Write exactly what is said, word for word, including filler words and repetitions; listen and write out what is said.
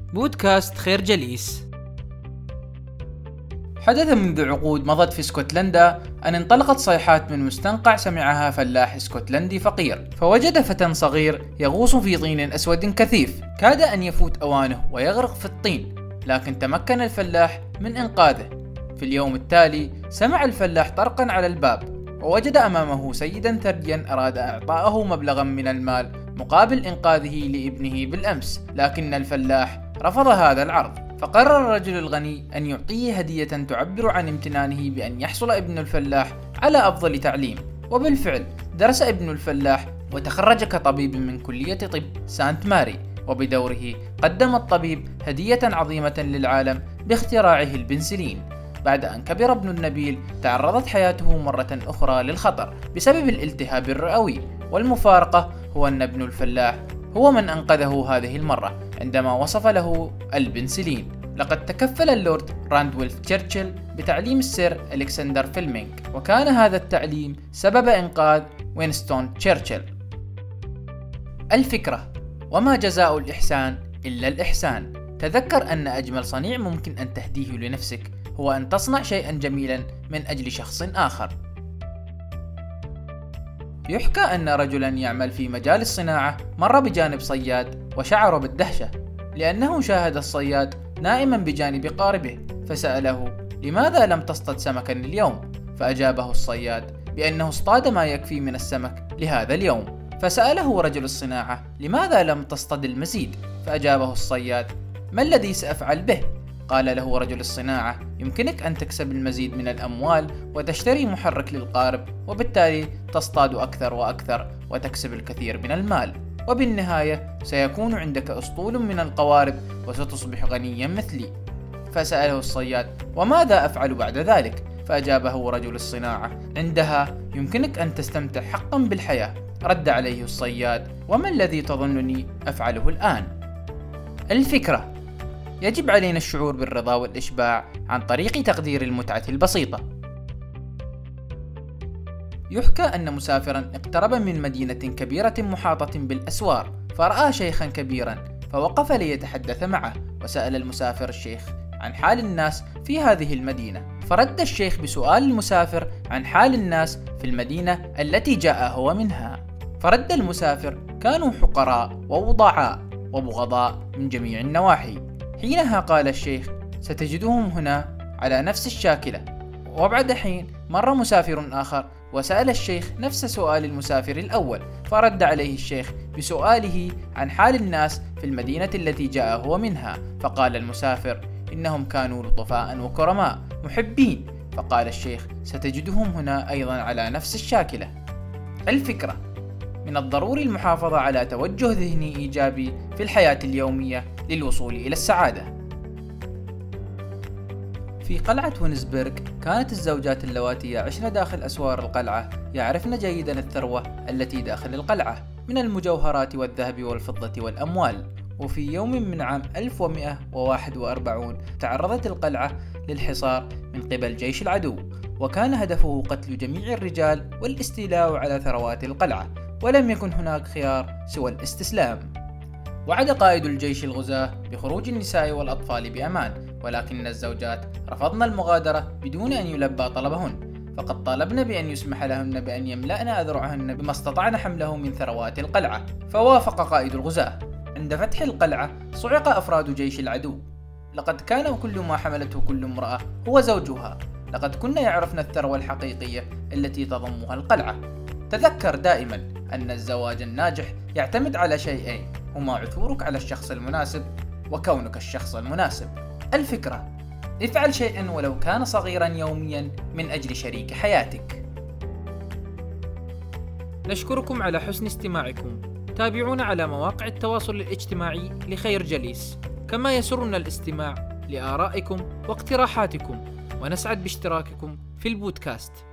بودكاست خير جليس. حدث منذ عقود مضت في اسكتلندا أن انطلقت صيحات من مستنقع سمعها فلاح اسكتلندي فقير، فوجد فتى صغير يغوص في طين أسود كثيف، كاد أن يفوت أوانه ويغرق في الطين، لكن تمكن الفلاح من إنقاذه. في اليوم التالي سمع الفلاح طرقا على الباب، ووجد أمامه سيدا ثريا أراد إعطاءه مبلغا من المال مقابل إنقاذه لابنه بالأمس، لكن الفلاح رفض هذا العرض. فقرر الرجل الغني أن يعطيه هدية تعبر عن امتنانه بأن يحصل ابن الفلاح على أفضل تعليم. وبالفعل درس ابن الفلاح وتخرج كطبيب من كلية طب سانت ماري، وبدوره قدم الطبيب هدية عظيمة للعالم باختراعه البنسلين. بعد أن كبر ابن النبيل تعرضت حياته مرة أخرى للخطر بسبب الالتهاب الرئوي، والمفارقة هو أن ابن الفلاح هو من أنقذه هذه المرة عندما وصف له البنسلين. لقد تكفل اللورد راندولف تشرشل بتعليم السير ألكسندر فيلمينغ، وكان هذا التعليم سبب إنقاذ وينستون تشرشل. الفكرة: وما جزاء الإحسان إلا الإحسان. تذكر أن أجمل صنيع ممكن أن تهديه لنفسك هو أن تصنع شيئا جميلا من أجل شخص آخر. يحكى أن رجلا يعمل في مجال الصناعة مر بجانب صياد وشعر بالدهشة لأنه شاهد الصياد نائما بجانب قاربه، فسأله: لماذا لم تصطاد سمكا اليوم؟ فأجابه الصياد بأنه اصطاد ما يكفي من السمك لهذا اليوم. فسأله رجل الصناعة: لماذا لم تصطاد المزيد؟ فأجابه الصياد: ما الذي سأفعل به؟ قال له رجل الصناعة: يمكنك أن تكسب المزيد من الأموال وتشتري محرك للقارب، وبالتالي تصطاد أكثر وأكثر وتكسب الكثير من المال، وبالنهاية سيكون عندك أسطول من القوارب وستصبح غنيا مثلي. فسأله الصياد: وماذا أفعل بعد ذلك؟ فأجابه رجل الصناعة: عندها يمكنك أن تستمتع حقا بالحياة. رد عليه الصياد: وما الذي تظنني أفعله الآن؟ الفكرة: يجب علينا الشعور بالرضا والإشباع عن طريق تقدير المتعة البسيطة. يحكى أن مسافرا اقترب من مدينة كبيرة محاطة بالأسوار، فرأى شيخا كبيرا فوقف ليتحدث معه، وسأل المسافر الشيخ عن حال الناس في هذه المدينة. فرد الشيخ بسؤال المسافر عن حال الناس في المدينة التي جاء هو منها. فرد المسافر: كانوا حقراء ووضعاء وبغضاء من جميع النواحي. حينها قال الشيخ: ستجدهم هنا على نفس الشاكلة. وبعد حين مر مسافر آخر وسأل الشيخ نفس سؤال المسافر الأول، فرد عليه الشيخ بسؤاله عن حال الناس في المدينة التي جاء هو منها. فقال المسافر: إنهم كانوا لطفاء وكرماء محبين. فقال الشيخ: ستجدهم هنا أيضا على نفس الشاكلة. الفكرة: من الضروري المحافظة على توجه ذهني إيجابي في الحياة اليومية للوصول إلى السعادة. في قلعة وينسبرغ كانت الزوجات اللواتي يعشن داخل أسوار القلعة يعرفن جيدا الثروة التي داخل القلعة من المجوهرات والذهب والفضة والأموال. وفي يوم من عام ألف ومئة وواحد وأربعين تعرضت القلعة للحصار من قبل جيش العدو، وكان هدفه قتل جميع الرجال والاستيلاء على ثروات القلعة، ولم يكن هناك خيار سوى الاستسلام. وعد قائد الجيش الغزاة بخروج النساء والأطفال بأمان، ولكن الزوجات رفضن المغادرة بدون أن يلبى طلبهن، فقد طالبن بأن يسمح لهن بأن يملأن أذرعهن بما استطعن حمله من ثروات القلعة. فوافق قائد الغزاة. عند فتح القلعة صعق أفراد جيش العدو. لقد كان كل ما حملته كل امرأة هو زوجها. لقد كنا يعرفن الثروة الحقيقية التي تضمها القلعة. تذكر دائما أن الزواج الناجح يعتمد على شيئين، هما عثورك على الشخص المناسب وكونك الشخص المناسب. الفكرة: افعل شيئا ولو كان صغيرا يوميا من أجل شريك حياتك. نشكركم على حسن استماعكم. تابعونا على مواقع التواصل الاجتماعي لخير جليس، كما يسرنا الاستماع لآرائكم واقتراحاتكم، ونسعد باشتراككم في البودكاست.